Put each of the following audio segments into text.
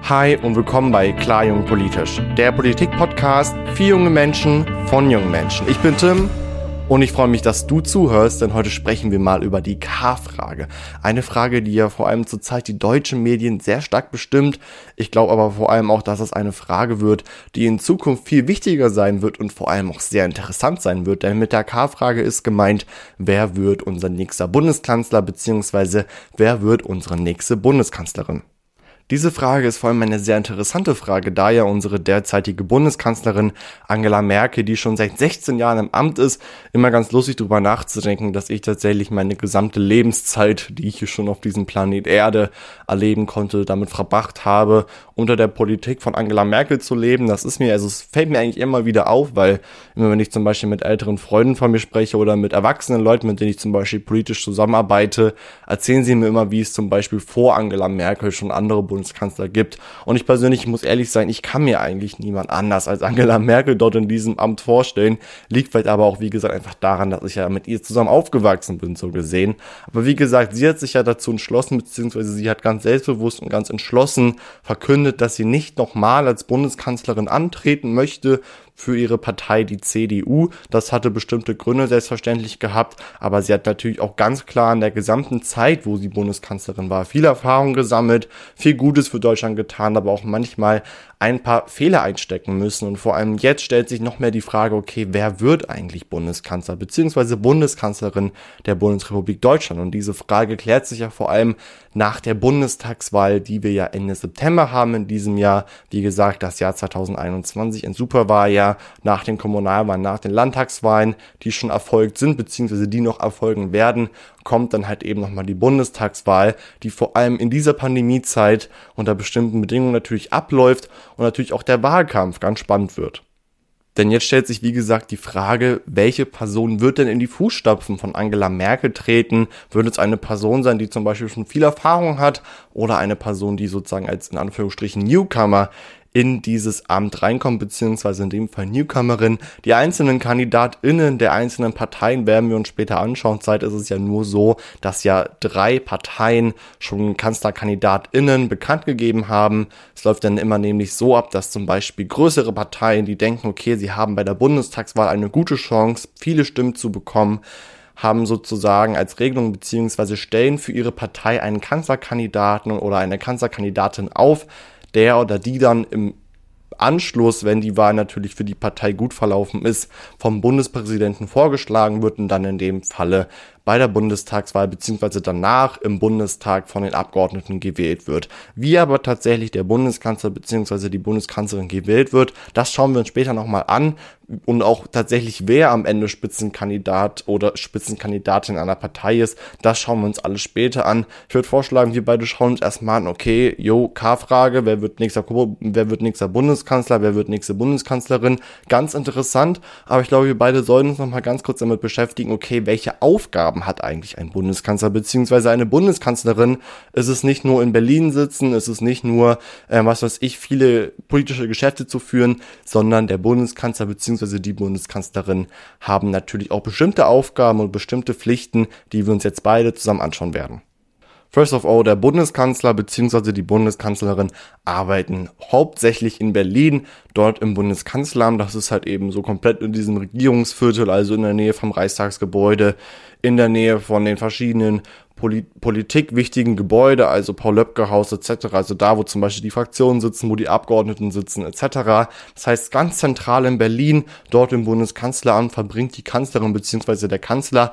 Hi und willkommen bei Klar Jung Politisch, der Politik-Podcast für junge Menschen von jungen Menschen. Ich bin Tim und ich freue mich, dass du zuhörst, denn heute sprechen wir mal über die K-Frage. Eine Frage, die ja vor allem zurzeit die deutschen Medien sehr stark bestimmt. Ich glaube aber vor allem auch, dass es eine Frage wird, die in Zukunft viel wichtiger sein wird und vor allem auch sehr interessant sein wird. Denn mit der K-Frage ist gemeint, wer wird unser nächster Bundeskanzler bzw. wer wird unsere nächste Bundeskanzlerin? Diese Frage ist vor allem eine sehr interessante Frage, da ja unsere derzeitige Bundeskanzlerin Angela Merkel, die schon seit 16 Jahren im Amt ist, immer ganz lustig darüber nachzudenken, dass ich tatsächlich meine gesamte Lebenszeit, die ich hier schon auf diesem Planet Erde erleben konnte, damit verbracht habe, unter der Politik von Angela Merkel zu leben. Es fällt mir eigentlich immer wieder auf, weil immer wenn ich zum Beispiel mit älteren Freunden von mir spreche oder mit erwachsenen Leuten, mit denen ich zum Beispiel politisch zusammenarbeite, erzählen sie mir immer, wie es zum Beispiel vor Angela Merkel schon andere Bundeskanzler gibt. Und ich persönlich muss ehrlich sein, ich kann mir eigentlich niemand anders als Angela Merkel dort in diesem Amt vorstellen. Liegt vielleicht aber auch, wie gesagt, einfach daran, dass ich ja mit ihr zusammen aufgewachsen bin, so gesehen. Aber wie gesagt, sie hat sich ja dazu entschlossen, beziehungsweise sie hat ganz selbstbewusst und ganz entschlossen verkündet, dass sie nicht nochmal als Bundeskanzlerin antreten möchte für ihre Partei, die CDU. Das hatte bestimmte Gründe selbstverständlich gehabt, aber sie hat natürlich auch ganz klar in der gesamten Zeit, wo sie Bundeskanzlerin war, viel Erfahrung gesammelt, viel Gutes für Deutschland getan, aber auch manchmal ein paar Fehler einstecken müssen. Und vor allem jetzt stellt sich noch mehr die Frage, okay, wer wird eigentlich Bundeskanzler bzw. Bundeskanzlerin der Bundesrepublik Deutschland? Und diese Frage klärt sich ja vor allem nach der Bundestagswahl, die wir ja Ende September haben in diesem Jahr. Wie gesagt, das Jahr 2021, ein Superwahljahr nach den Kommunalwahlen, nach den Landtagswahlen, die schon erfolgt sind bzw. die noch erfolgen werden, kommt dann halt eben nochmal die Bundestagswahl, die vor allem in dieser Pandemiezeit unter bestimmten Bedingungen natürlich abläuft und natürlich auch der Wahlkampf ganz spannend wird. Denn jetzt stellt sich, wie gesagt, die Frage, welche Person wird denn in die Fußstapfen von Angela Merkel treten? Wird es eine Person sein, die zum Beispiel schon viel Erfahrung hat oder eine Person, die sozusagen als in Anführungsstrichen Newcomer in dieses Amt reinkommt, beziehungsweise in dem Fall Newcomerin. Die einzelnen KandidatInnen der einzelnen Parteien werden wir uns später anschauen. Zurzeit ist es ja nur so, dass ja 3 Parteien schon KanzlerkandidatInnen bekannt gegeben haben. Es läuft dann immer nämlich so ab, dass zum Beispiel größere Parteien, die denken, okay, sie haben bei der Bundestagswahl eine gute Chance, viele Stimmen zu bekommen, haben sozusagen als Regelung beziehungsweise stellen für ihre Partei einen Kanzlerkandidaten oder eine Kanzlerkandidatin auf, der oder die dann im Anschluss, wenn die Wahl natürlich für die Partei gut verlaufen ist, vom Bundespräsidenten vorgeschlagen wird und dann in dem Falle bei der Bundestagswahl beziehungsweise danach im Bundestag von den Abgeordneten gewählt wird. Wie aber tatsächlich der Bundeskanzler beziehungsweise die Bundeskanzlerin gewählt wird, das schauen wir uns später nochmal an und auch tatsächlich wer am Ende Spitzenkandidat oder Spitzenkandidatin einer Partei ist, das schauen wir uns alles später an. Ich würde vorschlagen, wir beide schauen uns erstmal an, okay, K-Frage, wer wird nächster Bundeskanzler, wer wird nächste Bundeskanzlerin, ganz interessant, aber ich glaube, wir beide sollten uns nochmal ganz kurz damit beschäftigen, okay, welche Aufgaben hat eigentlich ein Bundeskanzler bzw. eine Bundeskanzlerin? Ist es nicht nur in Berlin sitzen, ist es nicht nur, viele politische Geschäfte zu führen, sondern der Bundeskanzler bzw. die Bundeskanzlerin haben natürlich auch bestimmte Aufgaben und bestimmte Pflichten, die wir uns jetzt beide zusammen anschauen werden. First of all, der Bundeskanzler bzw. die Bundeskanzlerin arbeiten hauptsächlich in Berlin, dort im Bundeskanzleramt. Das ist halt eben so komplett in diesem Regierungsviertel, also in der Nähe vom Reichstagsgebäude, in der Nähe von den verschiedenen politikwichtigen Gebäude, also Paul-Löbke-Haus etc., also da, wo zum Beispiel die Fraktionen sitzen, wo die Abgeordneten sitzen etc. Das heißt, ganz zentral in Berlin, dort im Bundeskanzleramt, verbringt die Kanzlerin bzw. der Kanzler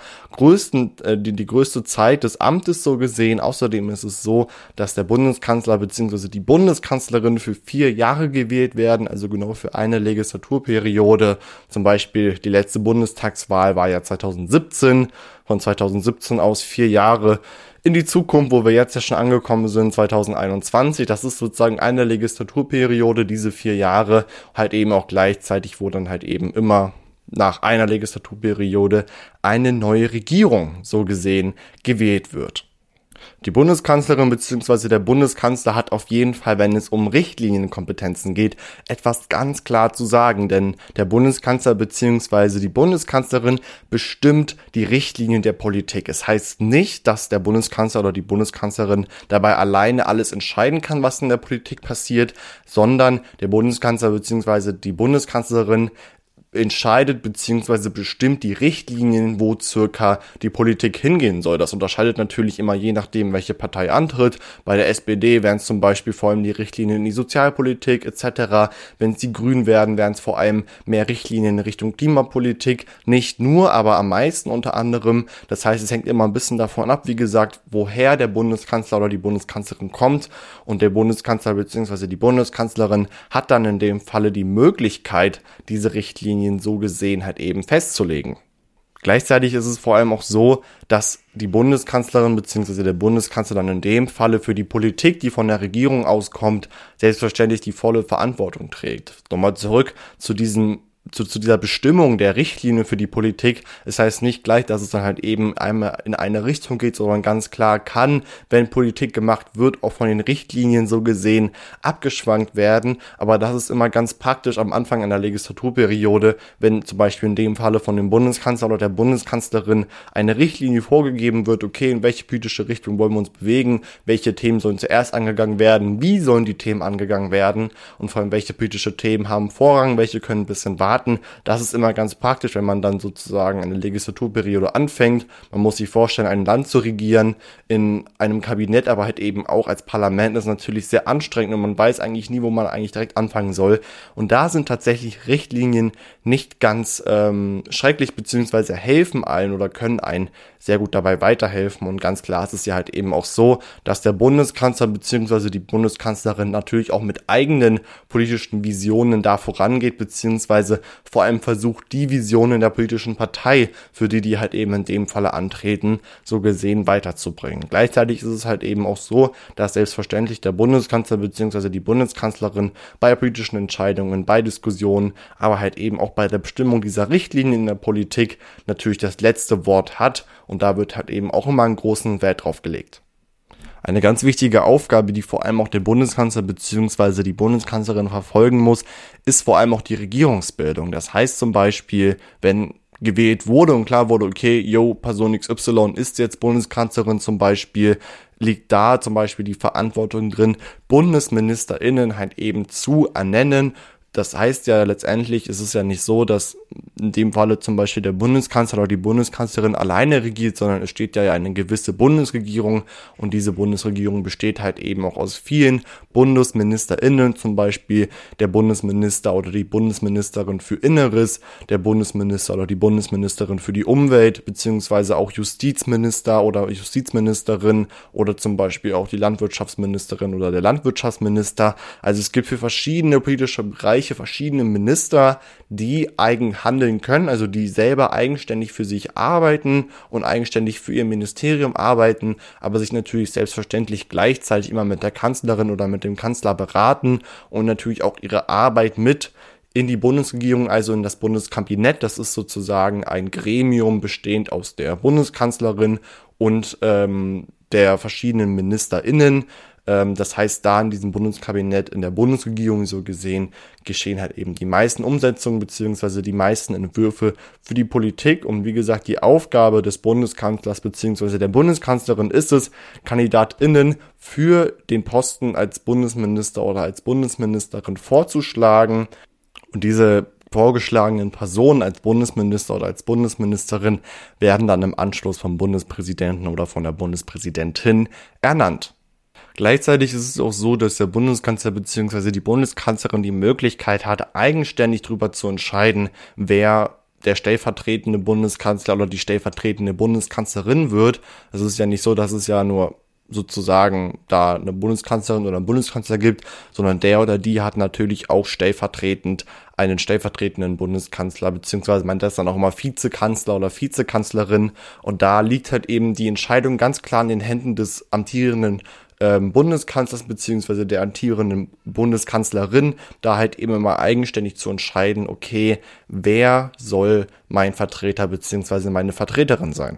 die größte Zeit des Amtes so gesehen. Außerdem ist es so, dass der Bundeskanzler bzw. die Bundeskanzlerin für 4 Jahre gewählt werden, also genau für eine Legislaturperiode. Zum Beispiel die letzte Bundestagswahl war ja 2017, von 2017 aus 4 Jahre in die Zukunft, wo wir jetzt ja schon angekommen sind, 2021. Das ist sozusagen eine Legislaturperiode, diese 4 Jahre, halt eben auch gleichzeitig, wo dann halt eben immer nach einer Legislaturperiode eine neue Regierung, so gesehen, gewählt wird. Die Bundeskanzlerin bzw. der Bundeskanzler hat auf jeden Fall, wenn es um Richtlinienkompetenzen geht, etwas ganz klar zu sagen, denn der Bundeskanzler bzw. die Bundeskanzlerin bestimmt die Richtlinien der Politik. Es heißt nicht, dass der Bundeskanzler oder die Bundeskanzlerin dabei alleine alles entscheiden kann, was in der Politik passiert, sondern der Bundeskanzler bzw. die Bundeskanzlerin entscheidet bzw. bestimmt die Richtlinien, wo circa die Politik hingehen soll. Das unterscheidet natürlich immer je nachdem, welche Partei antritt. Bei der SPD wären es zum Beispiel vor allem die Richtlinien in die Sozialpolitik etc. Wenn es die Grünen wären es vor allem mehr Richtlinien in Richtung Klimapolitik. Nicht nur, aber am meisten unter anderem. Das heißt, es hängt immer ein bisschen davon ab, wie gesagt, woher der Bundeskanzler oder die Bundeskanzlerin kommt. Und der Bundeskanzler bzw. die Bundeskanzlerin hat dann in dem Falle die Möglichkeit, diese Richtlinien so gesehen halt eben festzulegen. Gleichzeitig ist es vor allem auch so, dass die Bundeskanzlerin bzw. der Bundeskanzler dann in dem Falle für die Politik, die von der Regierung auskommt, selbstverständlich die volle Verantwortung trägt. Nochmal zurück zu dieser Bestimmung der Richtlinie für die Politik. Es heißt nicht gleich, dass es dann halt eben einmal in eine Richtung geht, sondern ganz klar kann, wenn Politik gemacht wird, auch von den Richtlinien so gesehen abgeschwankt werden. Aber das ist immer ganz praktisch am Anfang einer Legislaturperiode, wenn zum Beispiel in dem Falle von dem Bundeskanzler oder der Bundeskanzlerin eine Richtlinie vorgegeben wird, okay, in welche politische Richtung wollen wir uns bewegen, welche Themen sollen zuerst angegangen werden, wie sollen die Themen angegangen werden und vor allem welche politische Themen haben Vorrang, welche können ein bisschen warten. Das ist immer ganz praktisch, wenn man dann sozusagen eine Legislaturperiode anfängt. Man muss sich vorstellen, ein Land zu regieren in einem Kabinett, aber halt eben auch als Parlament ist natürlich sehr anstrengend und man weiß eigentlich nie, wo man eigentlich direkt anfangen soll. Und da sind tatsächlich Richtlinien nicht ganz schrecklich, beziehungsweise helfen allen oder können einen sehr gut dabei weiterhelfen. Und ganz klar ist es ja halt eben auch so, dass der Bundeskanzler beziehungsweise die Bundeskanzlerin natürlich auch mit eigenen politischen Visionen da vorangeht, beziehungsweise vor allem versucht, die Visionen der politischen Partei, für die halt eben in dem Falle antreten, so gesehen weiterzubringen. Gleichzeitig ist es halt eben auch so, dass selbstverständlich der Bundeskanzler bzw. die Bundeskanzlerin bei politischen Entscheidungen, bei Diskussionen, aber halt eben auch bei der Bestimmung dieser Richtlinien in der Politik natürlich das letzte Wort hat und da wird halt eben auch immer einen großen Wert drauf gelegt. Eine ganz wichtige Aufgabe, die vor allem auch der Bundeskanzler bzw. die Bundeskanzlerin verfolgen muss, ist vor allem auch die Regierungsbildung. Das heißt zum Beispiel, wenn gewählt wurde und klar wurde, okay, Person XY ist jetzt Bundeskanzlerin zum Beispiel, liegt da zum Beispiel die Verantwortung drin, BundesministerInnen halt eben zu ernennen. Das heißt ja letztendlich, ist es ja nicht so, dass in dem Falle zum Beispiel der Bundeskanzler oder die Bundeskanzlerin alleine regiert, sondern es steht ja eine gewisse Bundesregierung und diese Bundesregierung besteht halt eben auch aus vielen BundesministerInnen, zum Beispiel der Bundesminister oder die Bundesministerin für Inneres, der Bundesminister oder die Bundesministerin für die Umwelt, beziehungsweise auch Justizminister oder Justizministerin oder zum Beispiel auch die Landwirtschaftsministerin oder der Landwirtschaftsminister. Also es gibt für verschiedene politische Bereiche verschiedene Minister, die eigen handeln können, also die selber eigenständig für sich arbeiten und eigenständig für ihr Ministerium arbeiten, aber sich natürlich selbstverständlich gleichzeitig immer mit der Kanzlerin oder mit dem Kanzler beraten und natürlich auch ihre Arbeit mit in die Bundesregierung, also in das Bundeskabinett. Das ist sozusagen ein Gremium bestehend aus der Bundeskanzlerin und der verschiedenen MinisterInnen. Das heißt, da in diesem Bundeskabinett, in der Bundesregierung so gesehen, geschehen halt eben die meisten Umsetzungen beziehungsweise die meisten Entwürfe für die Politik. Und wie gesagt, die Aufgabe des Bundeskanzlers beziehungsweise der Bundeskanzlerin ist es, KandidatInnen für den Posten als Bundesminister oder als Bundesministerin vorzuschlagen. Und diese vorgeschlagenen Personen als Bundesminister oder als Bundesministerin werden dann im Anschluss vom Bundespräsidenten oder von der Bundespräsidentin ernannt. Gleichzeitig ist es auch so, dass der Bundeskanzler bzw. die Bundeskanzlerin die Möglichkeit hat, eigenständig darüber zu entscheiden, wer der stellvertretende Bundeskanzler oder die stellvertretende Bundeskanzlerin wird. Also es ist ja nicht so, dass es ja nur sozusagen da eine Bundeskanzlerin oder einen Bundeskanzler gibt, sondern der oder die hat natürlich auch stellvertretend einen stellvertretenden Bundeskanzler, beziehungsweise meint das dann auch immer Vizekanzler oder Vizekanzlerin. Und da liegt halt eben die Entscheidung ganz klar in den Händen des amtierenden Bundeskanzlers beziehungsweise der amtierenden Bundeskanzlerin, da halt eben immer eigenständig zu entscheiden, okay, wer soll mein Vertreter beziehungsweise meine Vertreterin sein.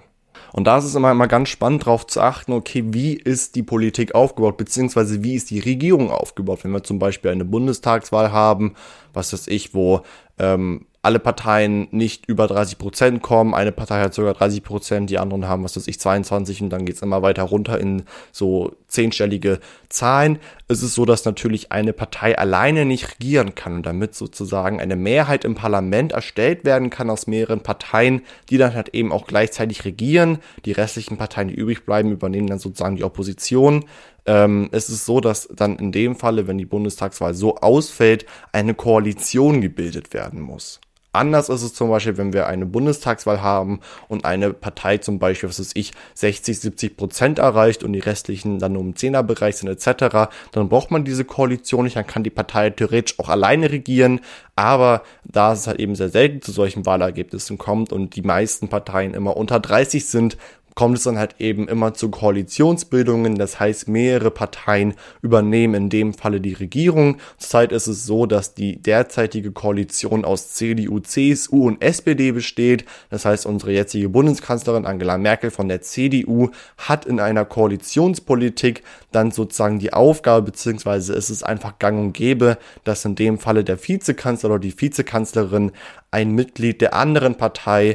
Und da ist es immer ganz spannend darauf zu achten, okay, wie ist die Politik aufgebaut, beziehungsweise wie ist die Regierung aufgebaut. Wenn wir zum Beispiel eine Bundestagswahl haben, was weiß ich, wo alle Parteien nicht über 30% kommen, eine Partei hat sogar 30%, die anderen haben, was weiß ich, 22 und dann geht's immer weiter runter in so 10-stellige Zahlen. Es ist so, dass natürlich eine Partei alleine nicht regieren kann und damit sozusagen eine Mehrheit im Parlament erstellt werden kann aus mehreren Parteien, die dann halt eben auch gleichzeitig regieren. Die restlichen Parteien, die übrig bleiben, übernehmen dann sozusagen die Opposition. Es ist so, dass dann in dem Falle, wenn die Bundestagswahl so ausfällt, eine Koalition gebildet werden muss. Anders ist es zum Beispiel, wenn wir eine Bundestagswahl haben und eine Partei zum Beispiel, was weiß ich, 60-70% erreicht und die restlichen dann nur im 10er-Bereich sind etc., dann braucht man diese Koalition nicht, dann kann die Partei theoretisch auch alleine regieren, aber da es halt eben sehr selten zu solchen Wahlergebnissen kommt und die meisten Parteien immer unter 30 sind, kommt es dann halt eben immer zu Koalitionsbildungen, das heißt mehrere Parteien übernehmen in dem Falle die Regierung. Zurzeit ist es so, dass die derzeitige Koalition aus CDU, CSU und SPD besteht, das heißt unsere jetzige Bundeskanzlerin Angela Merkel von der CDU hat in einer Koalitionspolitik dann sozusagen die Aufgabe, beziehungsweise ist es einfach gang und gäbe, dass in dem Falle der Vizekanzler oder die Vizekanzlerin ein Mitglied der anderen Partei,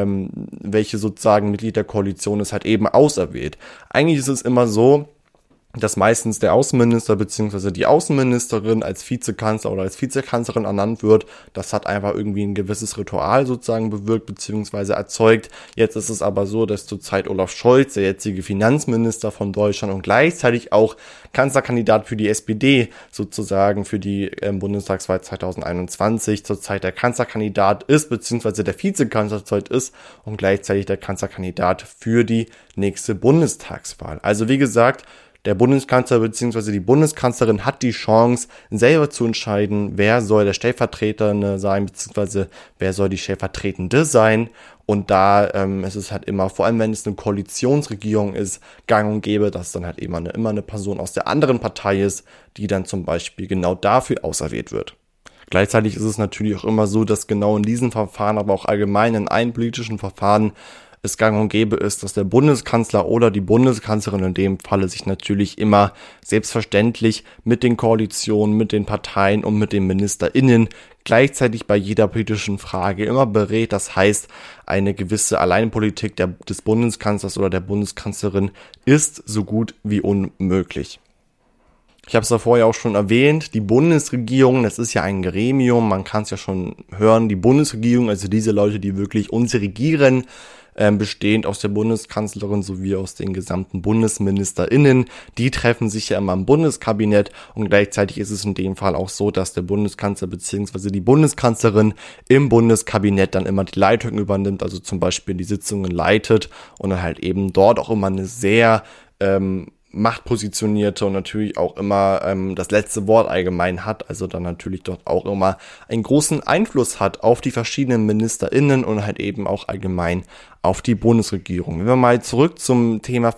welche sozusagen Mitglied der Koalition ist, halt eben auserwählt. Eigentlich ist es immer so, dass meistens der Außenminister bzw. die Außenministerin als Vizekanzler oder als Vizekanzlerin ernannt wird. Das hat einfach irgendwie ein gewisses Ritual sozusagen bewirkt bzw. erzeugt. Jetzt ist es aber so, dass zurzeit Olaf Scholz, der jetzige Finanzminister von Deutschland und gleichzeitig auch Kanzlerkandidat für die SPD sozusagen für die Bundestagswahl 2021 zurzeit der Kanzlerkandidat ist bzw. der Vizekanzler zurzeit ist und gleichzeitig der Kanzlerkandidat für die nächste Bundestagswahl. Also wie gesagt, der Bundeskanzler bzw. die Bundeskanzlerin hat die Chance, selber zu entscheiden, wer soll der Stellvertretende sein, bzw. wer soll die Stellvertretende sein. Und da ist es halt immer, vor allem wenn es eine Koalitionsregierung ist, gang und gäbe, dass dann halt immer eine Person aus der anderen Partei ist, die dann zum Beispiel genau dafür auserwählt wird. Gleichzeitig ist es natürlich auch immer so, dass genau in diesen Verfahren, aber auch allgemein in allen politischen Verfahren, es gang und gäbe ist, dass der Bundeskanzler oder die Bundeskanzlerin in dem Falle sich natürlich immer selbstverständlich mit den Koalitionen, mit den Parteien und mit den MinisterInnen gleichzeitig bei jeder politischen Frage immer berät. Das heißt, eine gewisse Alleinpolitik des Bundeskanzlers oder der Bundeskanzlerin ist so gut wie unmöglich. Ich habe es ja vorher auch schon erwähnt, die Bundesregierung, das ist ja ein Gremium, man kann es ja schon hören, die Bundesregierung, also diese Leute, die wirklich uns regieren, bestehend aus der Bundeskanzlerin sowie aus den gesamten BundesministerInnen, die treffen sich ja immer im Bundeskabinett und gleichzeitig ist es in dem Fall auch so, dass der Bundeskanzler bzw. die Bundeskanzlerin im Bundeskabinett dann immer die Leitung übernimmt, also zum Beispiel die Sitzungen leitet und dann halt eben dort auch immer eine sehr machtpositionierte und natürlich auch immer das letzte Wort allgemein hat, also dann natürlich dort auch immer einen großen Einfluss hat auf die verschiedenen MinisterInnen und halt eben auch allgemein auf die Bundesregierung. Wenn wir mal zurück zum Thema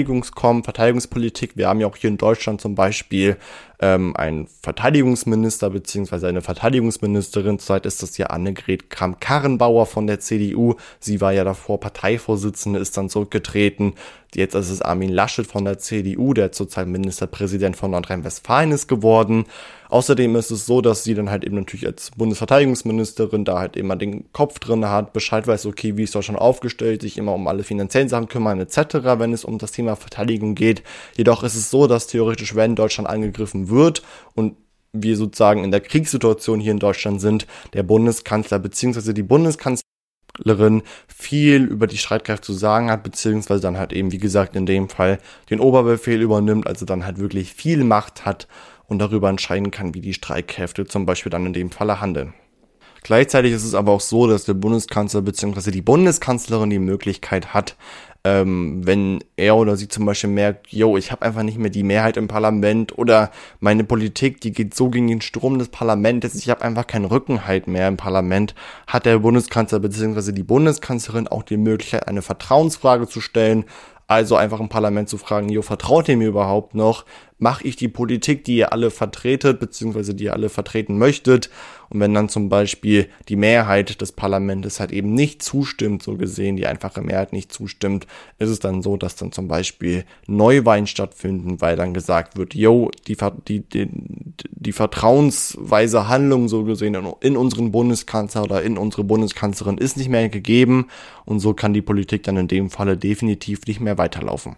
Verteidigungspolitik, wir haben ja auch hier in Deutschland zum Beispiel einen Verteidigungsminister bzw. eine Verteidigungsministerin, zurzeit ist das ja Annegret Kramp-Karrenbauer von der CDU, sie war ja davor Parteivorsitzende, ist dann zurückgetreten, jetzt ist es Armin Laschet von der CDU, der zurzeit Ministerpräsident von Nordrhein-Westfalen ist geworden. Außerdem ist es so, dass sie dann halt eben natürlich als Bundesverteidigungsministerin da halt immer den Kopf drin hat, Bescheid weiß, okay, wie ist Deutschland aufgestellt, sich immer um alle finanziellen Sachen kümmern etc., wenn es um das Thema Verteidigung geht. Jedoch ist es so, dass theoretisch, wenn Deutschland angegriffen wird und wir sozusagen in der Kriegssituation hier in Deutschland sind, der Bundeskanzler bzw. die Bundeskanzlerin viel über die Streitkräfte zu sagen hat, beziehungsweise dann halt eben, wie gesagt, in dem Fall den Oberbefehl übernimmt, also dann halt wirklich viel Macht hat und darüber entscheiden kann, wie die Streitkräfte zum Beispiel dann in dem Falle handeln. Gleichzeitig ist es aber auch so, dass der Bundeskanzler bzw. die Bundeskanzlerin die Möglichkeit hat, wenn er oder sie zum Beispiel merkt, ich habe einfach nicht mehr die Mehrheit im Parlament oder meine Politik, die geht so gegen den Strom des Parlaments, ich habe einfach keinen Rückenhalt mehr im Parlament, hat der Bundeskanzler bzw. die Bundeskanzlerin auch die Möglichkeit, eine Vertrauensfrage zu stellen, also einfach im Parlament zu fragen, vertraut ihr mir überhaupt noch? mache ich die Politik, die ihr alle vertretet, beziehungsweise die ihr alle vertreten möchtet. Und wenn dann zum Beispiel die Mehrheit des Parlaments halt eben nicht zustimmt, so gesehen, die einfache Mehrheit nicht zustimmt, ist es dann so, dass dann zum Beispiel Neuwahlen stattfinden, weil dann gesagt wird, die vertrauensweise Handlung, so gesehen, in unseren Bundeskanzler oder in unsere Bundeskanzlerin ist nicht mehr gegeben, und so kann die Politik dann in dem Falle definitiv nicht mehr weiterlaufen.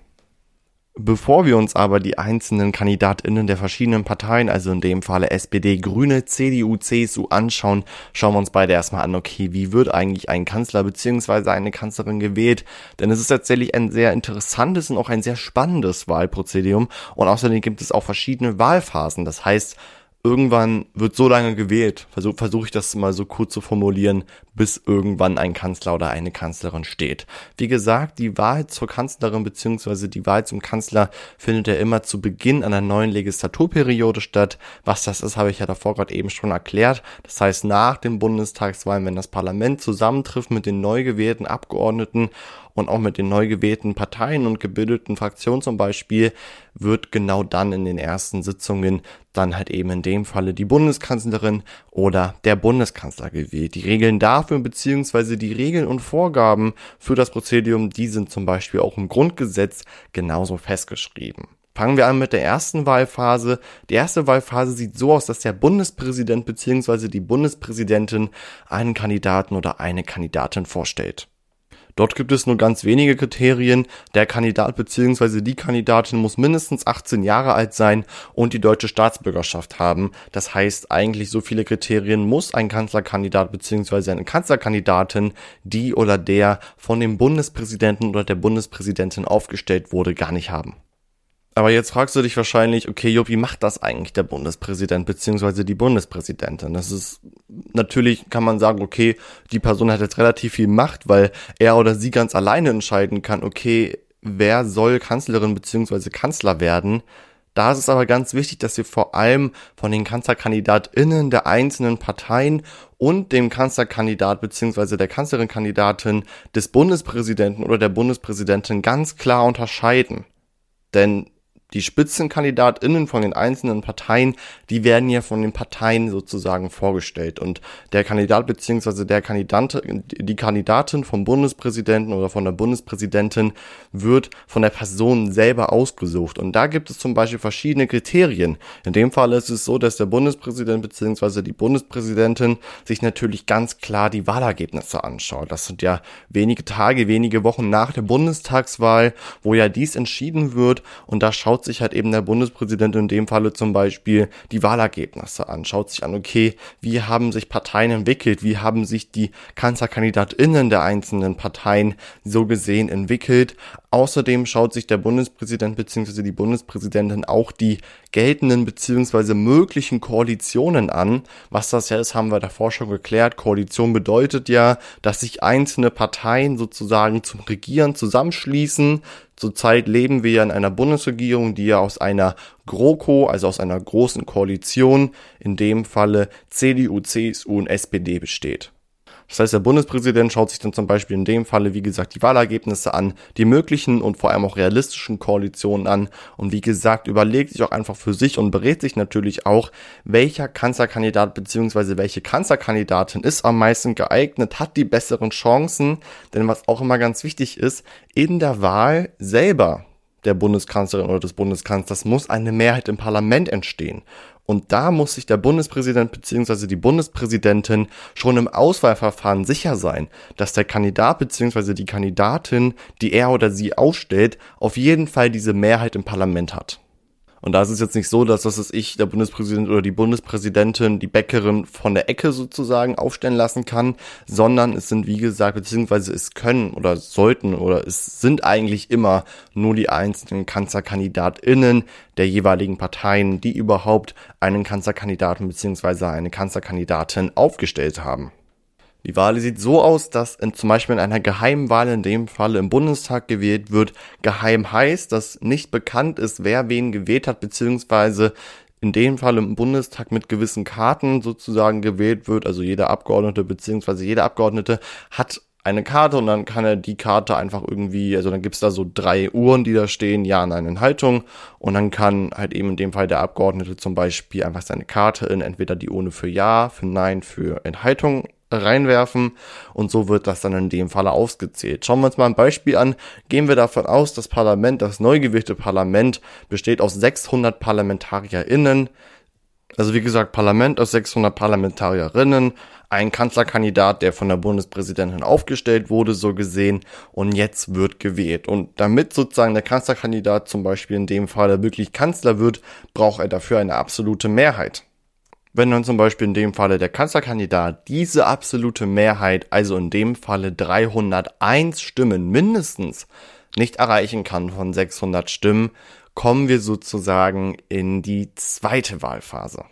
Bevor wir uns aber die einzelnen KandidatInnen der verschiedenen Parteien, also in dem Falle SPD, Grüne, CDU, CSU anschauen, schauen wir uns beide erstmal an, okay, wie wird eigentlich ein Kanzler bzw. eine Kanzlerin gewählt? Denn es ist tatsächlich ein sehr interessantes und auch ein sehr spannendes Wahlprozedere, und außerdem gibt es auch verschiedene Wahlphasen. Das heißt, irgendwann wird so lange gewählt, versuche ich das mal so kurz zu formulieren, bis irgendwann ein Kanzler oder eine Kanzlerin steht. Wie gesagt, die Wahl zur Kanzlerin bzw. die Wahl zum Kanzler findet ja immer zu Beginn einer neuen Legislaturperiode statt. Was das ist, habe ich ja davor gerade eben schon erklärt. Das heißt, nach den Bundestagswahlen, wenn das Parlament zusammentrifft mit den neu gewählten Abgeordneten und auch mit den neu gewählten Parteien und gebildeten Fraktionen zum Beispiel, wird genau dann in den ersten Sitzungen dann halt eben in dem Falle die Bundeskanzlerin oder der Bundeskanzler gewählt. Die Regeln dafür bzw. die Regeln und Vorgaben für das Prozedere, die sind zum Beispiel auch im Grundgesetz genauso festgeschrieben. Fangen wir an mit der ersten Wahlphase. Die erste Wahlphase sieht so aus, dass der Bundespräsident bzw. die Bundespräsidentin einen Kandidaten oder eine Kandidatin vorstellt. Dort gibt es nur ganz wenige Kriterien. Der Kandidat bzw. die Kandidatin muss mindestens 18 Jahre alt sein und die deutsche Staatsbürgerschaft haben. Das heißt, eigentlich so viele Kriterien muss ein Kanzlerkandidat bzw. eine Kanzlerkandidatin, die oder der von dem Bundespräsidenten oder der Bundespräsidentin aufgestellt wurde, gar nicht haben. Aber jetzt fragst du dich wahrscheinlich, okay, Jupp, wie macht das eigentlich der Bundespräsident bzw. die Bundespräsidentin? Das ist, natürlich kann man sagen, okay, die Person hat jetzt relativ viel Macht, weil er oder sie ganz alleine entscheiden kann, okay, wer soll Kanzlerin bzw. Kanzler werden. Da ist es aber ganz wichtig, dass wir vor allem von den KanzlerkandidatInnen der einzelnen Parteien und dem Kanzlerkandidat bzw. der Kanzlerin-Kandidatin des Bundespräsidenten oder der Bundespräsidentin ganz klar unterscheiden. Denn die Spitzenkandidatinnen von den einzelnen Parteien, die werden ja von den Parteien sozusagen vorgestellt, und der Kandidat bzw. die Kandidatin vom Bundespräsidenten oder von der Bundespräsidentin wird von der Person selber ausgesucht, und da gibt es zum Beispiel verschiedene Kriterien. In dem Fall ist es so, dass der Bundespräsident bzw. die Bundespräsidentin sich natürlich ganz klar die Wahlergebnisse anschaut. Das sind ja wenige Tage, wenige Wochen nach der Bundestagswahl, wo ja dies entschieden wird, und da schaut sich halt eben der Bundespräsident in dem Falle zum Beispiel die Wahlergebnisse an, schaut sich an, okay, wie haben sich Parteien entwickelt, wie haben sich die KanzlerkandidatInnen der einzelnen Parteien so gesehen entwickelt. Außerdem schaut sich der Bundespräsident bzw. die Bundespräsidentin auch die geltenden bzw. möglichen Koalitionen an. Was das ja ist, haben wir davor schon geklärt. Koalition bedeutet ja, dass sich einzelne Parteien sozusagen zum Regieren zusammenschließen. Zurzeit leben wir ja in einer Bundesregierung, die ja aus einer GroKo, also aus einer großen Koalition, in dem Falle CDU, CSU und SPD besteht. Das heißt, der Bundespräsident schaut sich dann zum Beispiel in dem Falle, wie gesagt, die Wahlergebnisse an, die möglichen und vor allem auch realistischen Koalitionen an, und wie gesagt, überlegt sich auch einfach für sich und berät sich natürlich auch, welcher Kanzlerkandidat bzw. welche Kanzlerkandidatin ist am meisten geeignet, hat die besseren Chancen, denn was auch immer ganz wichtig ist, in der Wahl selber der Bundeskanzlerin oder des Bundeskanzlers muss eine Mehrheit im Parlament entstehen. Und da muss sich der Bundespräsident bzw. die Bundespräsidentin schon im Auswahlverfahren sicher sein, dass der Kandidat bzw. die Kandidatin, die er oder sie aufstellt, auf jeden Fall diese Mehrheit im Parlament hat. Und da ist es jetzt nicht so, dass der Bundespräsident oder die Bundespräsidentin die Bäckerin von der Ecke sozusagen aufstellen lassen kann, sondern es sind, wie gesagt, beziehungsweise es können oder sollten oder es sind eigentlich immer nur die einzelnen KanzlerkandidatInnen der jeweiligen Parteien, die überhaupt einen Kanzlerkandidaten beziehungsweise eine Kanzlerkandidatin aufgestellt haben. Die Wahl sieht so aus, dass zum Beispiel in einer geheimen Wahl, in dem Fall im Bundestag, gewählt wird. Geheim heißt, dass nicht bekannt ist, wer wen gewählt hat, beziehungsweise in dem Fall im Bundestag mit gewissen Karten sozusagen gewählt wird. Also jeder Abgeordnete beziehungsweise jede Abgeordnete hat eine Karte und dann kann er die Karte einfach irgendwie, also dann gibt's da so 3 Uhren, die da stehen, Ja, Nein, Enthaltung, und dann kann halt eben in dem Fall der Abgeordnete zum Beispiel einfach seine Karte in entweder die Urne für Ja, für Nein, für Enthaltung reinwerfen, und so wird das dann in dem Falle ausgezählt. Schauen wir uns mal ein Beispiel an. Gehen wir davon aus, das neu gewählte Parlament besteht aus 600 ParlamentarierInnen. Also wie gesagt, Parlament aus 600 Parlamentarierinnen, ein Kanzlerkandidat, der von der Bundespräsidentin aufgestellt wurde, so gesehen, und jetzt wird gewählt. Und damit sozusagen der Kanzlerkandidat zum Beispiel in dem Fall wirklich Kanzler wird, braucht er dafür eine absolute Mehrheit. Wenn dann zum Beispiel in dem Falle der Kanzlerkandidat diese absolute Mehrheit, also in dem Falle 301 Stimmen mindestens, nicht erreichen kann von 600 Stimmen, kommen wir sozusagen in die zweite Wahlphase.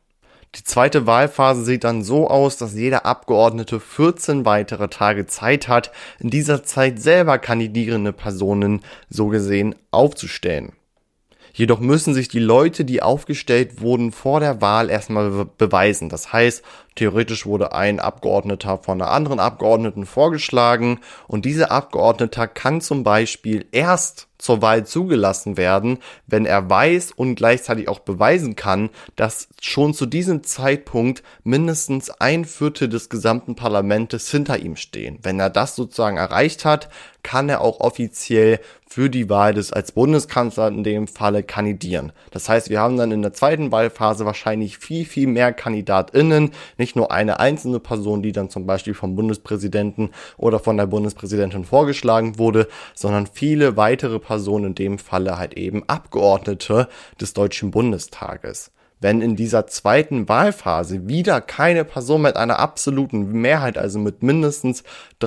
Die zweite Wahlphase sieht dann so aus, dass jeder Abgeordnete 14 weitere Tage Zeit hat, in dieser Zeit selber kandidierende Personen so gesehen aufzustellen. Jedoch müssen sich die Leute, die aufgestellt wurden, vor der Wahl erstmal beweisen. Das heißt, theoretisch wurde ein Abgeordneter von einer anderen Abgeordneten vorgeschlagen und dieser Abgeordneter kann zum Beispiel erst zur Wahl zugelassen werden, wenn er weiß und gleichzeitig auch beweisen kann, dass schon zu diesem Zeitpunkt mindestens 1/4 des gesamten Parlamentes hinter ihm stehen. Wenn er das sozusagen erreicht hat, kann er auch offiziell für die Wahl als Bundeskanzler in dem Falle kandidieren. Das heißt, wir haben dann in der zweiten Wahlphase wahrscheinlich viel, viel mehr KandidatInnen, nicht nur eine einzelne Person, die dann zum Beispiel vom Bundespräsidenten oder von der Bundespräsidentin vorgeschlagen wurde, sondern viele weitere Personen, in dem Falle halt eben Abgeordnete des Deutschen Bundestages. Wenn in dieser zweiten Wahlphase wieder keine Person mit einer absoluten Mehrheit, also mit mindestens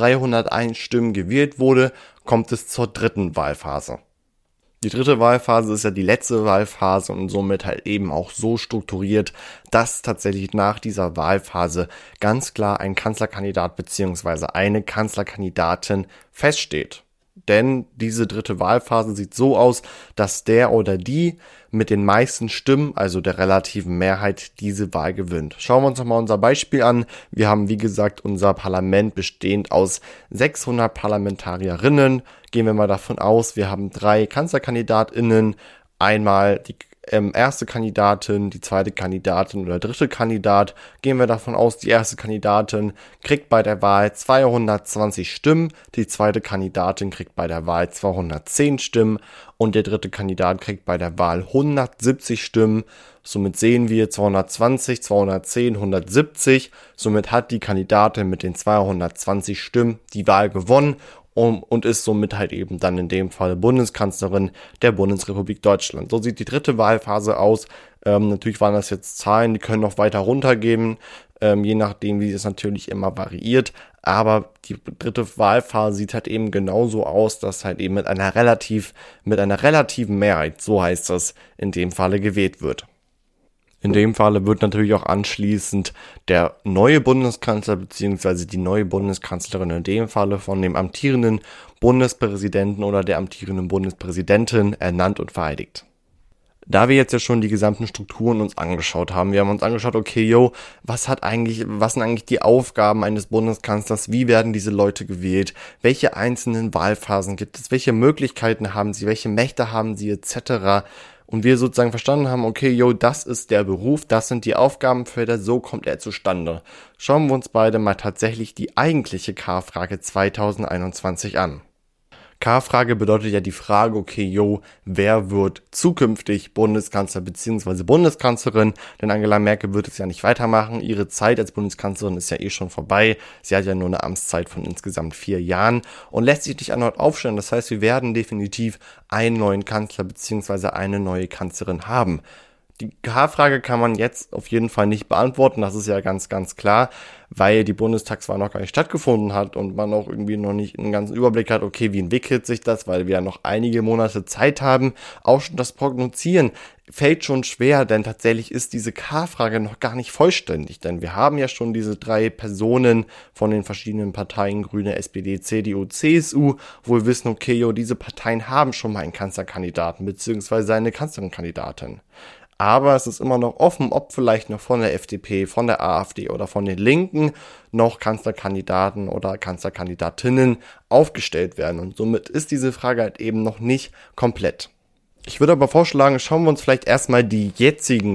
301 Stimmen gewählt wurde, kommt es zur dritten Wahlphase. Die dritte Wahlphase ist ja die letzte Wahlphase und somit halt eben auch so strukturiert, dass tatsächlich nach dieser Wahlphase ganz klar ein Kanzlerkandidat bzw. eine Kanzlerkandidatin feststeht. Denn diese dritte Wahlphase sieht so aus, dass der oder die mit den meisten Stimmen, also der relativen Mehrheit, diese Wahl gewinnt. Schauen wir uns nochmal unser Beispiel an. Wir haben, wie gesagt, unser Parlament bestehend aus 600 Parlamentarierinnen. Gehen wir mal davon aus, wir haben 3 KanzlerkandidatInnen, einmal die erste Kandidatin, die zweite Kandidatin oder dritte Kandidat. Gehen wir davon aus, die erste Kandidatin kriegt bei der Wahl 220 Stimmen, die zweite Kandidatin kriegt bei der Wahl 210 Stimmen und der dritte Kandidat kriegt bei der Wahl 170 Stimmen. Somit sehen wir 220, 210, 170. Somit hat die Kandidatin mit den 220 Stimmen die Wahl gewonnen und ist somit halt eben dann in dem Fall Bundeskanzlerin der Bundesrepublik Deutschland. So sieht die dritte Wahlphase aus. Natürlich waren das jetzt Zahlen, die können noch weiter runtergehen, je nachdem, wie es natürlich immer variiert. Aber die dritte Wahlphase sieht halt eben genauso aus, dass halt eben mit einer relativen Mehrheit, so heißt das, in dem Falle gewählt wird. In dem Falle wird natürlich auch anschließend der neue Bundeskanzler bzw. die neue Bundeskanzlerin in dem Falle von dem amtierenden Bundespräsidenten oder der amtierenden Bundespräsidentin ernannt und vereidigt. Da wir jetzt ja schon die gesamten Strukturen uns angeschaut haben, wir haben uns angeschaut, okay, was sind eigentlich die Aufgaben eines Bundeskanzlers, wie werden diese Leute gewählt, welche einzelnen Wahlphasen gibt es, welche Möglichkeiten haben sie, welche Mächte haben sie etc., und wir sozusagen verstanden haben, okay, das ist der Beruf, das sind die Aufgabenfelder, so kommt er zustande. Schauen wir uns beide mal tatsächlich die eigentliche K-Frage 2021 an. K-Frage bedeutet ja die Frage, okay, wer wird zukünftig Bundeskanzler bzw. Bundeskanzlerin? Denn Angela Merkel wird es ja nicht weitermachen. Ihre Zeit als Bundeskanzlerin ist ja schon vorbei. Sie hat ja nur eine Amtszeit von insgesamt 4 Jahren und lässt sich nicht erneut aufstellen. Das heißt, wir werden definitiv einen neuen Kanzler bzw. eine neue Kanzlerin haben. Die K-Frage kann man jetzt auf jeden Fall nicht beantworten, das ist ja ganz, ganz klar, weil die Bundestagswahl noch gar nicht stattgefunden hat und man auch irgendwie noch nicht einen ganzen Überblick hat, okay, wie entwickelt sich das, weil wir ja noch einige Monate Zeit haben. Auch schon das Prognozieren fällt schon schwer, denn tatsächlich ist diese K-Frage noch gar nicht vollständig, denn wir haben ja schon diese 3 Personen von den verschiedenen Parteien, Grüne, SPD, CDU, CSU, wo wir wissen, okay, diese Parteien haben schon mal einen Kanzlerkandidaten bzw. eine Kanzlerinkandidatin. Aber es ist immer noch offen, ob vielleicht noch von der FDP, von der AfD oder von den Linken noch Kanzlerkandidaten oder Kanzlerkandidatinnen aufgestellt werden. Und somit ist diese Frage halt eben noch nicht komplett. Ich würde aber vorschlagen, schauen wir uns vielleicht erstmal die jetzigen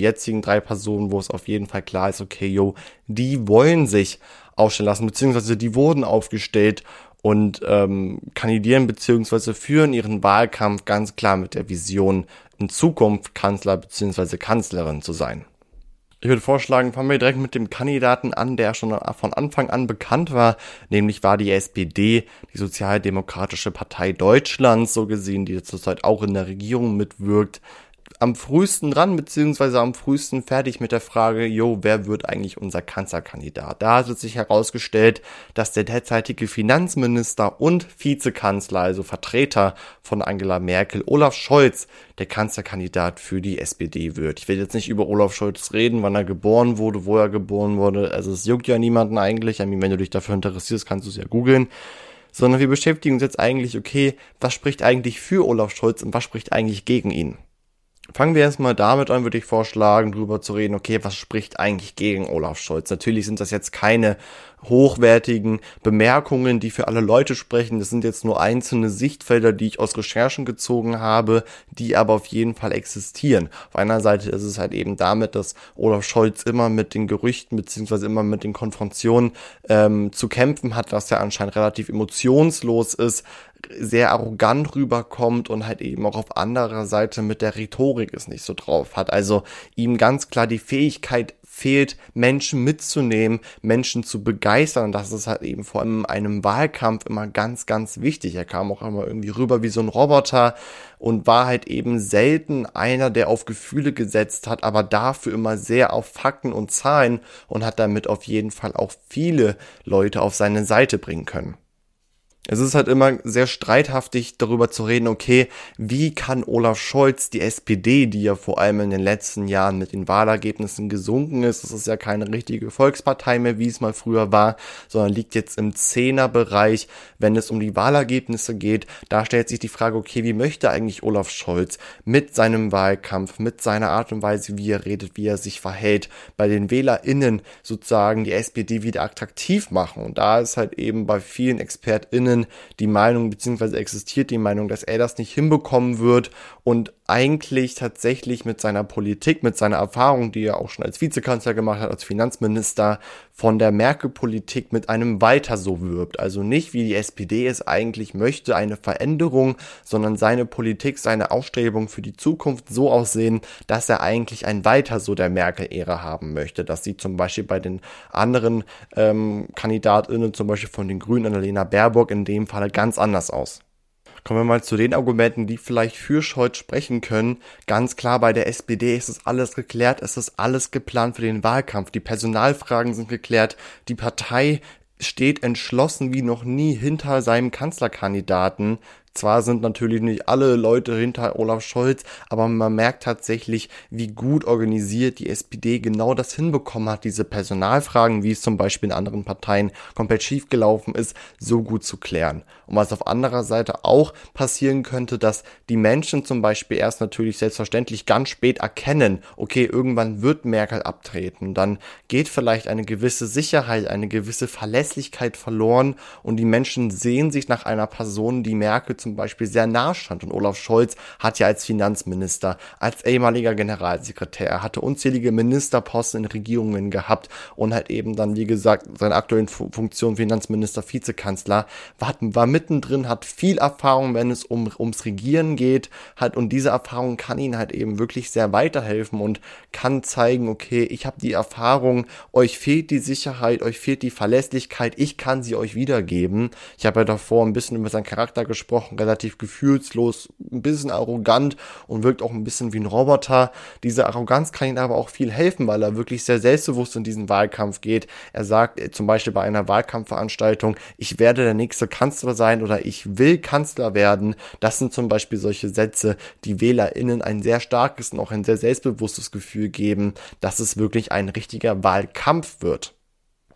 3 Personen, wo es auf jeden Fall klar ist, okay, die wollen sich aufstellen lassen, beziehungsweise die wurden aufgestellt und kandidieren beziehungsweise führen ihren Wahlkampf ganz klar mit der Vision, in Zukunft Kanzler beziehungsweise Kanzlerin zu sein. Ich würde vorschlagen, fangen wir direkt mit dem Kandidaten an, der schon von Anfang an bekannt war, nämlich war die SPD, die Sozialdemokratische Partei Deutschlands, so gesehen, die zurzeit auch in der Regierung mitwirkt, am frühesten dran, beziehungsweise am frühesten fertig mit der Frage, wer wird eigentlich unser Kanzlerkandidat? Da hat es sich herausgestellt, dass der derzeitige Finanzminister und Vizekanzler, also Vertreter von Angela Merkel, Olaf Scholz, der Kanzlerkandidat für die SPD wird. Ich will jetzt nicht über Olaf Scholz reden, wann er geboren wurde, wo er geboren wurde, also es juckt ja niemanden eigentlich, wenn du dich dafür interessierst, kannst du es ja googeln. Sondern wir beschäftigen uns jetzt eigentlich, was spricht eigentlich für Olaf Scholz und was spricht eigentlich gegen ihn? Fangen wir erstmal damit an, würde ich vorschlagen, drüber zu reden, was spricht eigentlich gegen Olaf Scholz? Natürlich sind das jetzt keine hochwertigen Bemerkungen, die für alle Leute sprechen. Das sind jetzt nur einzelne Sichtfelder, die ich aus Recherchen gezogen habe, die aber auf jeden Fall existieren. Auf einer Seite ist es halt eben damit, dass Olaf Scholz immer mit den Gerüchten beziehungsweise immer mit den Konfrontationen zu kämpfen hat, dass er anscheinend relativ emotionslos ist, sehr arrogant rüberkommt und halt eben auch auf anderer Seite mit der Rhetorik es nicht so drauf hat. Also ihm ganz klar die Fähigkeit fehlt, Menschen mitzunehmen, Menschen zu begeistern, und das ist halt eben vor allem in einem Wahlkampf immer ganz, ganz wichtig. Er kam auch immer irgendwie rüber wie so ein Roboter und war halt eben selten einer, der auf Gefühle gesetzt hat, aber dafür immer sehr auf Fakten und Zahlen und hat damit auf jeden Fall auch viele Leute auf seine Seite bringen können. Es ist halt immer sehr streithaftig darüber zu reden, wie kann Olaf Scholz die SPD, die ja vor allem in den letzten Jahren mit den Wahlergebnissen gesunken ist, das ist ja keine richtige Volkspartei mehr, wie es mal früher war, sondern liegt jetzt im Zehnerbereich, wenn es um die Wahlergebnisse geht. Da stellt sich die Frage, wie möchte eigentlich Olaf Scholz mit seinem Wahlkampf, mit seiner Art und Weise, wie er redet, wie er sich verhält, bei den WählerInnen sozusagen die SPD wieder attraktiv machen. Und da ist halt eben bei vielen ExpertInnen die Meinung, beziehungsweise existiert die Meinung, dass er das nicht hinbekommen wird und eigentlich tatsächlich mit seiner Politik, mit seiner Erfahrung, die er auch schon als Vizekanzler gemacht hat, als Finanzminister, von der Merkel-Politik mit einem Weiter so wirbt. Also nicht, wie die SPD es eigentlich möchte, eine Veränderung, sondern seine Politik, seine Ausstrebungen für die Zukunft so aussehen, dass er eigentlich ein Weiter so der Merkel-Ära haben möchte. Das sieht zum Beispiel bei den anderen KandidatInnen, zum Beispiel von den Grünen, Annalena Baerbock, in dem Falle ganz anders aus. Kommen wir mal zu den Argumenten, die vielleicht für Scholz sprechen können. Ganz klar, bei der SPD ist es alles geklärt, es ist alles geplant für den Wahlkampf. Die Personalfragen sind geklärt, die Partei steht entschlossen wie noch nie hinter seinem Kanzlerkandidaten. Zwar sind natürlich nicht alle Leute hinter Olaf Scholz, aber man merkt tatsächlich, wie gut organisiert die SPD genau das hinbekommen hat, diese Personalfragen, wie es zum Beispiel in anderen Parteien komplett schiefgelaufen ist, so gut zu klären. Und was auf anderer Seite auch passieren könnte, dass die Menschen zum Beispiel erst natürlich selbstverständlich ganz spät erkennen, irgendwann wird Merkel abtreten, dann geht vielleicht eine gewisse Sicherheit, eine gewisse Verlässlichkeit verloren und die Menschen sehen sich nach einer Person, die Merkel zum Beispiel sehr nahe stand. Und Olaf Scholz hat ja als Finanzminister, als ehemaliger Generalsekretär, hatte unzählige Ministerposten in Regierungen gehabt und halt eben dann, wie gesagt, seine aktuellen Funktion Finanzminister, Vizekanzler, war mittendrin, hat viel Erfahrung, wenn es ums Regieren geht, und diese Erfahrung kann ihnen halt eben wirklich sehr weiterhelfen und kann zeigen, ich habe die Erfahrung, euch fehlt die Sicherheit, euch fehlt die Verlässlichkeit, ich kann sie euch wiedergeben. Ich habe ja davor ein bisschen über seinen Charakter gesprochen, relativ gefühlslos, ein bisschen arrogant und wirkt auch ein bisschen wie ein Roboter. Diese Arroganz kann ihm aber auch viel helfen, weil er wirklich sehr selbstbewusst in diesen Wahlkampf geht. Er sagt zum Beispiel bei einer Wahlkampfveranstaltung, ich werde der nächste Kanzler sein oder ich will Kanzler werden. Das sind zum Beispiel solche Sätze, die WählerInnen ein sehr starkes und auch ein sehr selbstbewusstes Gefühl geben, dass es wirklich ein richtiger Wahlkampf wird.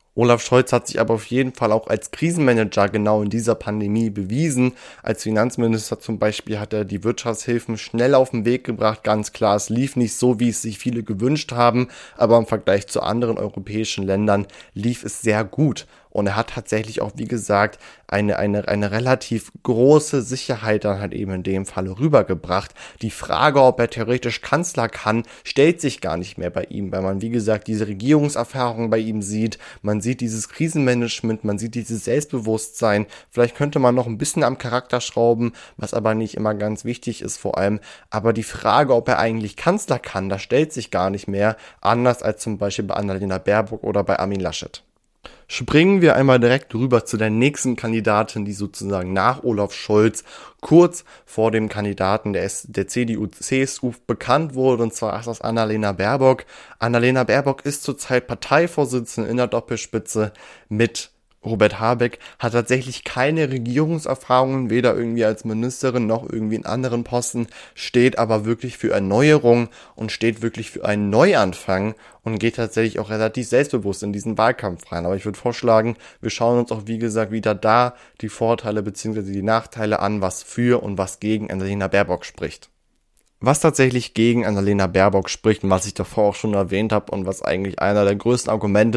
Olaf Scholz hat sich aber auf jeden Fall auch als Krisenmanager genau in dieser Pandemie bewiesen. Als Finanzminister zum Beispiel hat er die Wirtschaftshilfen schnell auf den Weg gebracht. Ganz klar, es lief nicht so, wie es sich viele gewünscht haben, aber im Vergleich zu anderen europäischen Ländern lief es sehr gut. Und er hat tatsächlich auch, wie gesagt, eine relativ große Sicherheit dann halt eben in dem Falle rübergebracht. Die Frage, ob er theoretisch Kanzler kann, stellt sich gar nicht mehr bei ihm, weil man, wie gesagt, diese Regierungserfahrung bei ihm sieht. Man sieht dieses Krisenmanagement, man sieht dieses Selbstbewusstsein. Vielleicht könnte man noch ein bisschen am Charakter schrauben, was aber nicht immer ganz wichtig ist vor allem. Aber die Frage, ob er eigentlich Kanzler kann, das stellt sich gar nicht mehr, anders als zum Beispiel bei Annalena Baerbock oder bei Armin Laschet. Springen wir einmal direkt rüber zu der nächsten Kandidatin, die sozusagen nach Olaf Scholz kurz vor dem Kandidaten der CDU-CSU bekannt wurde, und zwar ist das Annalena Baerbock. Annalena Baerbock ist zurzeit Parteivorsitzende in der Doppelspitze mit Robert Habeck, hat tatsächlich keine Regierungserfahrungen, weder irgendwie als Ministerin noch irgendwie in anderen Posten, steht aber wirklich für Erneuerung und steht wirklich für einen Neuanfang und geht tatsächlich auch relativ selbstbewusst in diesen Wahlkampf rein. Aber ich würde vorschlagen, wir schauen uns auch, wie gesagt, wieder da die Vorteile bzw. die Nachteile an, was für und was gegen Annalena Baerbock spricht. Was tatsächlich gegen Annalena Baerbock spricht und was ich davor auch schon erwähnt habe und was eigentlich einer der größten Argumente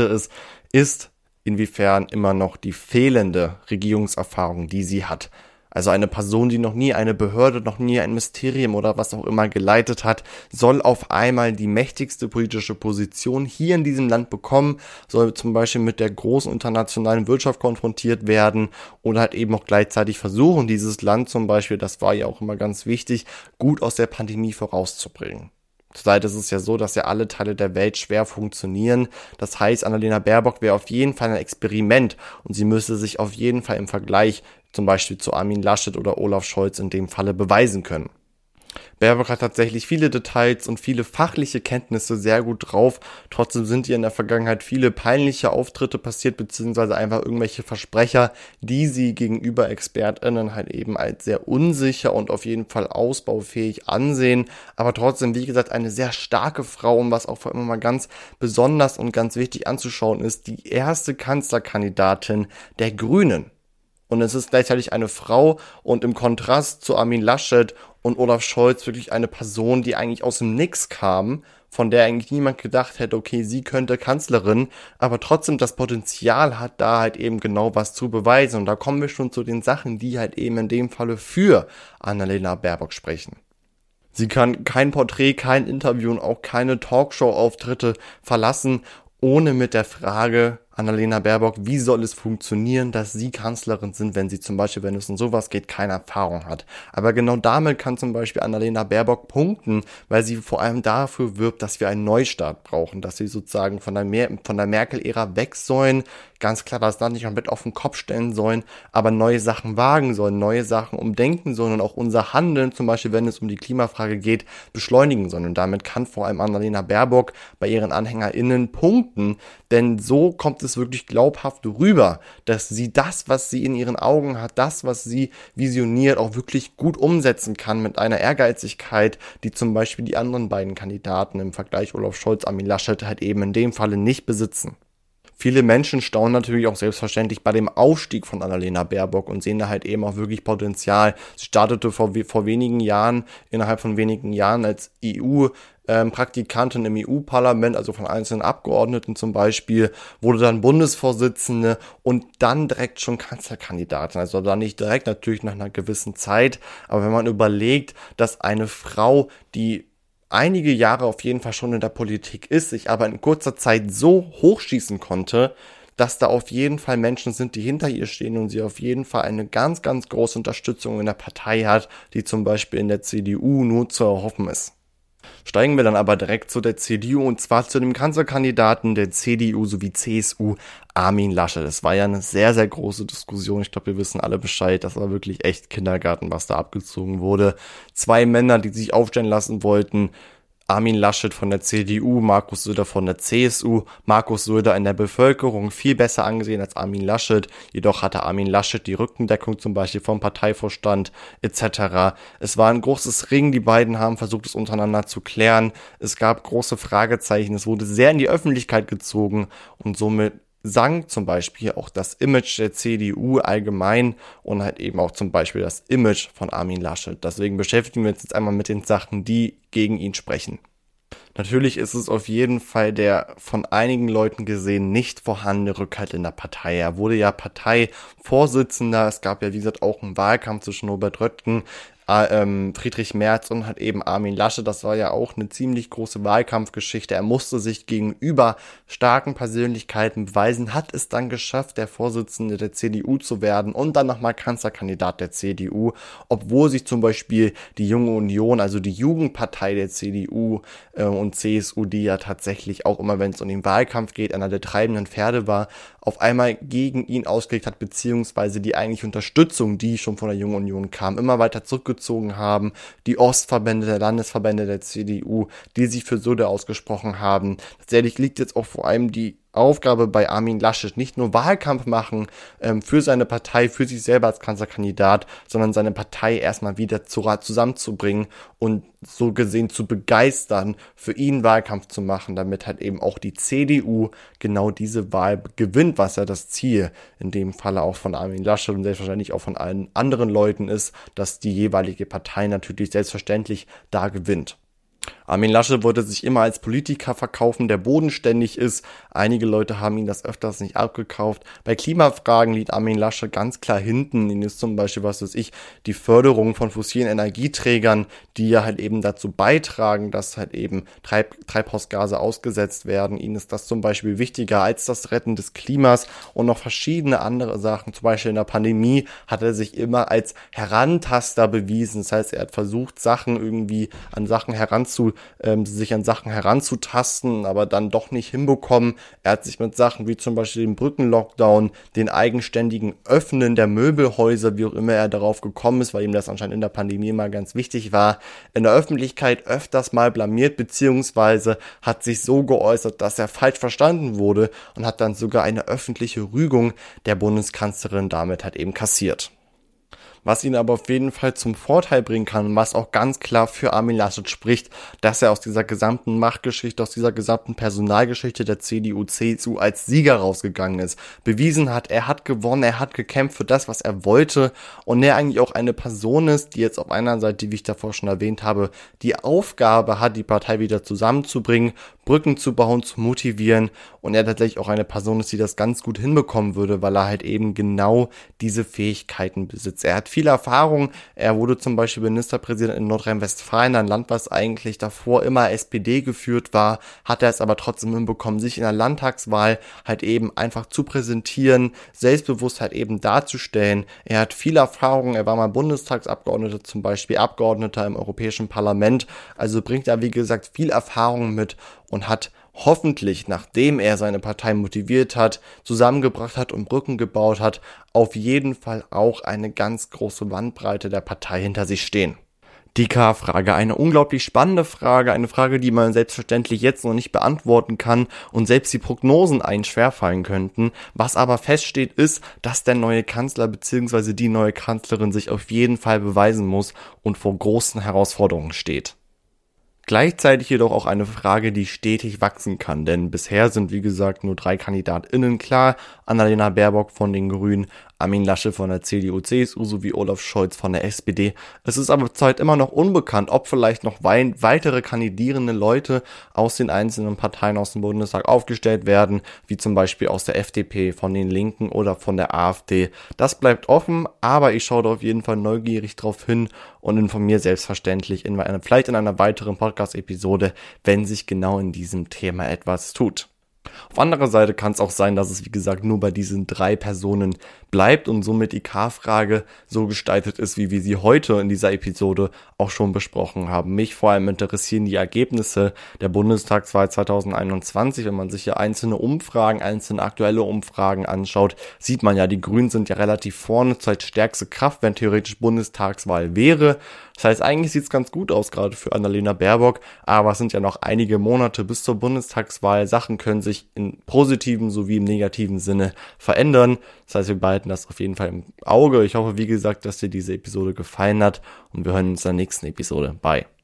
ist inwiefern immer noch die fehlende Regierungserfahrung, die sie hat. Also eine Person, die noch nie eine Behörde, noch nie ein Ministerium oder was auch immer geleitet hat, soll auf einmal die mächtigste politische Position hier in diesem Land bekommen, soll zum Beispiel mit der großen internationalen Wirtschaft konfrontiert werden oder halt eben auch gleichzeitig versuchen, dieses Land zum Beispiel, das war ja auch immer ganz wichtig, gut aus der Pandemie vorauszubringen. Zurzeit ist es ja so, dass ja alle Teile der Welt schwer funktionieren. Das heißt, Annalena Baerbock wäre auf jeden Fall ein Experiment und sie müsste sich auf jeden Fall im Vergleich zum Beispiel zu Armin Laschet oder Olaf Scholz in dem Falle beweisen können. Baerbock hat tatsächlich viele Details und viele fachliche Kenntnisse sehr gut drauf. Trotzdem sind ihr in der Vergangenheit viele peinliche Auftritte passiert, beziehungsweise einfach irgendwelche Versprecher, die sie gegenüber ExpertInnen halt eben als sehr unsicher und auf jeden Fall ausbaufähig ansehen. Aber trotzdem, wie gesagt, eine sehr starke Frau, und was auch immer mal ganz besonders und ganz wichtig anzuschauen ist, die erste Kanzlerkandidatin der Grünen. Und es ist gleichzeitig eine Frau und im Kontrast zu Armin Laschet und Olaf Scholz wirklich eine Person, die eigentlich aus dem Nix kam, von der eigentlich niemand gedacht hätte, okay, sie könnte Kanzlerin, aber trotzdem das Potenzial hat, da halt eben genau was zu beweisen. Und da kommen wir schon zu den Sachen, die halt eben in dem Falle für Annalena Baerbock sprechen. Sie kann kein Porträt, kein Interview und auch keine Talkshow-Auftritte verlassen, ohne mit der Frage, Annalena Baerbock, wie soll es funktionieren, dass sie Kanzlerin sind, wenn sie zum Beispiel, wenn es um sowas geht, keine Erfahrung hat. Aber genau damit kann zum Beispiel Annalena Baerbock punkten, weil sie vor allem dafür wirbt, dass wir einen Neustart brauchen, dass sie sozusagen von der Merkel-Ära weg sollen, ganz klar das Land nicht komplett auf den Kopf stellen sollen, aber neue Sachen wagen sollen, neue Sachen umdenken sollen und auch unser Handeln, zum Beispiel wenn es um die Klimafrage geht, beschleunigen sollen. Und damit kann vor allem Annalena Baerbock bei ihren AnhängerInnen punkten, denn so kommt es wirklich glaubhaft rüber, dass sie das, was sie in ihren Augen hat, das, was sie visioniert, auch wirklich gut umsetzen kann mit einer Ehrgeizigkeit, die zum Beispiel die anderen beiden Kandidaten im Vergleich Olaf Scholz, Armin Laschet halt eben in dem Falle nicht besitzen. Viele Menschen staunen natürlich auch selbstverständlich bei dem Aufstieg von Annalena Baerbock und sehen da halt eben auch wirklich Potenzial. Sie startete vor wenigen Jahren, innerhalb von wenigen Jahren als Praktikantin im EU-Parlament, also von einzelnen Abgeordneten zum Beispiel, wurde dann Bundesvorsitzende und dann direkt schon Kanzlerkandidatin. Also dann nicht direkt, natürlich nach einer gewissen Zeit, aber wenn man überlegt, dass eine Frau, die einige Jahre auf jeden Fall schon in der Politik ist, sich aber in kurzer Zeit so hochschießen konnte, dass da auf jeden Fall Menschen sind, die hinter ihr stehen und sie auf jeden Fall eine ganz, ganz große Unterstützung in der Partei hat, die zum Beispiel in der CDU nur zu erhoffen ist. Steigen wir dann aber direkt zu der CDU und zwar zu dem Kanzlerkandidaten der CDU sowie CSU, Armin Laschet. Es war ja eine sehr, sehr große Diskussion. Ich glaube, wir wissen alle Bescheid. Das war wirklich echt Kindergarten, was da abgezogen wurde. Zwei Männer, die sich aufstellen lassen wollten. Armin Laschet von der CDU, Markus Söder von der CSU. Markus Söder in der Bevölkerung viel besser angesehen als Armin Laschet. Jedoch hatte Armin Laschet die Rückendeckung zum Beispiel vom Parteivorstand etc. Es war ein großes Ring. Die beiden haben versucht, es untereinander zu klären. Es gab große Fragezeichen. Es wurde sehr in die Öffentlichkeit gezogen und somit sank zum Beispiel auch das Image der CDU allgemein und halt eben auch zum Beispiel das Image von Armin Laschet. Deswegen beschäftigen wir uns jetzt einmal mit den Sachen, die gegen ihn sprechen. Natürlich ist es auf jeden Fall der von einigen Leuten gesehen nicht vorhandene Rückhalt in der Partei. Er wurde ja Parteivorsitzender. Es gab ja, wie gesagt, auch einen Wahlkampf zwischen Norbert Röttgen, Friedrich Merz und halt eben Armin Laschet. Das war ja auch eine ziemlich große Wahlkampfgeschichte. Er musste sich gegenüber starken Persönlichkeiten beweisen, hat es dann geschafft, der Vorsitzende der CDU zu werden und dann nochmal Kanzlerkandidat der CDU, obwohl sich zum Beispiel die Junge Union, also die Jugendpartei der CDU und CSU, die ja tatsächlich auch immer, wenn es um den Wahlkampf geht, einer der treibenden Pferde war, auf einmal gegen ihn ausgelegt hat, beziehungsweise die eigentliche Unterstützung, die schon von der Jungen Union kam, immer weiter zurückgezogen haben. Die Ostverbände, der Landesverbände der CDU, die sich für Söder ausgesprochen haben. Tatsächlich liegt jetzt auch vor allem die Aufgabe bei Armin Laschet, nicht nur Wahlkampf machen für seine Partei, für sich selber als Kanzlerkandidat, sondern seine Partei erstmal wieder zusammenzubringen und so gesehen zu begeistern, für ihn Wahlkampf zu machen, damit halt eben auch die CDU genau diese Wahl gewinnt, was ja das Ziel in dem Falle auch von Armin Laschet und selbstverständlich auch von allen anderen Leuten ist, dass die jeweilige Partei natürlich selbstverständlich da gewinnt. Armin Laschet wollte sich immer als Politiker verkaufen, der bodenständig ist. Einige Leute haben ihn das öfters nicht abgekauft. Bei Klimafragen liegt Armin Laschet ganz klar hinten. Ihnen ist zum Beispiel, die Förderung von fossilen Energieträgern, die ja halt eben dazu beitragen, dass halt eben Treibhausgase ausgesetzt werden. Ihnen ist das zum Beispiel wichtiger als das Retten des Klimas und noch verschiedene andere Sachen. Zum Beispiel in der Pandemie hat er sich immer als Herantaster bewiesen. Das heißt, er hat versucht, sich an Sachen heranzutasten, aber dann doch nicht hinbekommen. Er hat sich mit Sachen wie zum Beispiel dem Brückenlockdown, den eigenständigen Öffnen der Möbelhäuser, wie auch immer er darauf gekommen ist, weil ihm das anscheinend in der Pandemie mal ganz wichtig war, in der Öffentlichkeit öfters mal blamiert, beziehungsweise hat sich so geäußert, dass er falsch verstanden wurde und hat dann sogar eine öffentliche Rügung der Bundeskanzlerin damit halt eben kassiert. Was ihn aber auf jeden Fall zum Vorteil bringen kann und was auch ganz klar für Armin Laschet spricht, dass er aus dieser gesamten Machtgeschichte, aus dieser gesamten Personalgeschichte der CDU, CSU als Sieger rausgegangen ist. Bewiesen hat, er hat gewonnen, er hat gekämpft für das, was er wollte und er eigentlich auch eine Person ist, die jetzt auf einer Seite, wie ich davor schon erwähnt habe, die Aufgabe hat, die Partei wieder zusammenzubringen, Brücken zu bauen, zu motivieren und er tatsächlich auch eine Person ist, die das ganz gut hinbekommen würde, weil er halt eben genau diese Fähigkeiten besitzt. Er hat viel Erfahrung, er wurde zum Beispiel Ministerpräsident in Nordrhein-Westfalen, ein Land, was eigentlich davor immer SPD geführt war, hat er es aber trotzdem hinbekommen, sich in der Landtagswahl halt eben einfach zu präsentieren, selbstbewusst halt eben darzustellen. Er hat viel Erfahrung, er war mal Bundestagsabgeordneter zum Beispiel, Abgeordneter im Europäischen Parlament, also bringt er wie gesagt viel Erfahrung mit und hat hoffentlich, nachdem er seine Partei motiviert hat, zusammengebracht hat und Brücken gebaut hat, auf jeden Fall auch eine ganz große Bandbreite der Partei hinter sich stehen. Die K-Frage, eine unglaublich spannende Frage, eine Frage, die man selbstverständlich jetzt noch nicht beantworten kann und selbst die Prognosen einen schwerfallen könnten. Was aber feststeht ist, dass der neue Kanzler bzw. die neue Kanzlerin sich auf jeden Fall beweisen muss und vor großen Herausforderungen steht. Gleichzeitig jedoch auch eine Frage, die stetig wachsen kann, denn bisher sind wie gesagt nur 3 KandidatInnen klar, Annalena Baerbock von den Grünen, Armin Laschet von der CDU/CSU sowie Olaf Scholz von der SPD. Es ist aber zurzeit immer noch unbekannt, ob vielleicht noch weitere kandidierende Leute aus den einzelnen Parteien aus dem Bundestag aufgestellt werden, wie zum Beispiel aus der FDP, von den Linken oder von der AfD. Das bleibt offen, aber ich schaue da auf jeden Fall neugierig drauf hin und informiere selbstverständlich vielleicht in einer weiteren Podcast-Episode, wenn sich genau in diesem Thema etwas tut. Auf anderer Seite kann es auch sein, dass es wie gesagt nur bei diesen 3 Personen bleibt und somit die K-Frage so gestaltet ist, wie wir sie heute in dieser Episode auch schon besprochen haben. Mich vor allem interessieren die Ergebnisse der Bundestagswahl 2021. Wenn man sich hier einzelne aktuelle Umfragen anschaut, sieht man ja, die Grünen sind ja relativ vorne, zurzeit stärkste Kraft, wenn theoretisch Bundestagswahl wäre. Das heißt, eigentlich sieht es ganz gut aus, gerade für Annalena Baerbock, aber es sind ja noch einige Monate bis zur Bundestagswahl. Sachen können sich in positiven sowie im negativen Sinne verändern. Das heißt, wir behalten das auf jeden Fall im Auge. Ich hoffe, wie gesagt, dass dir diese Episode gefallen hat und wir hören uns in der nächsten Episode. Bye.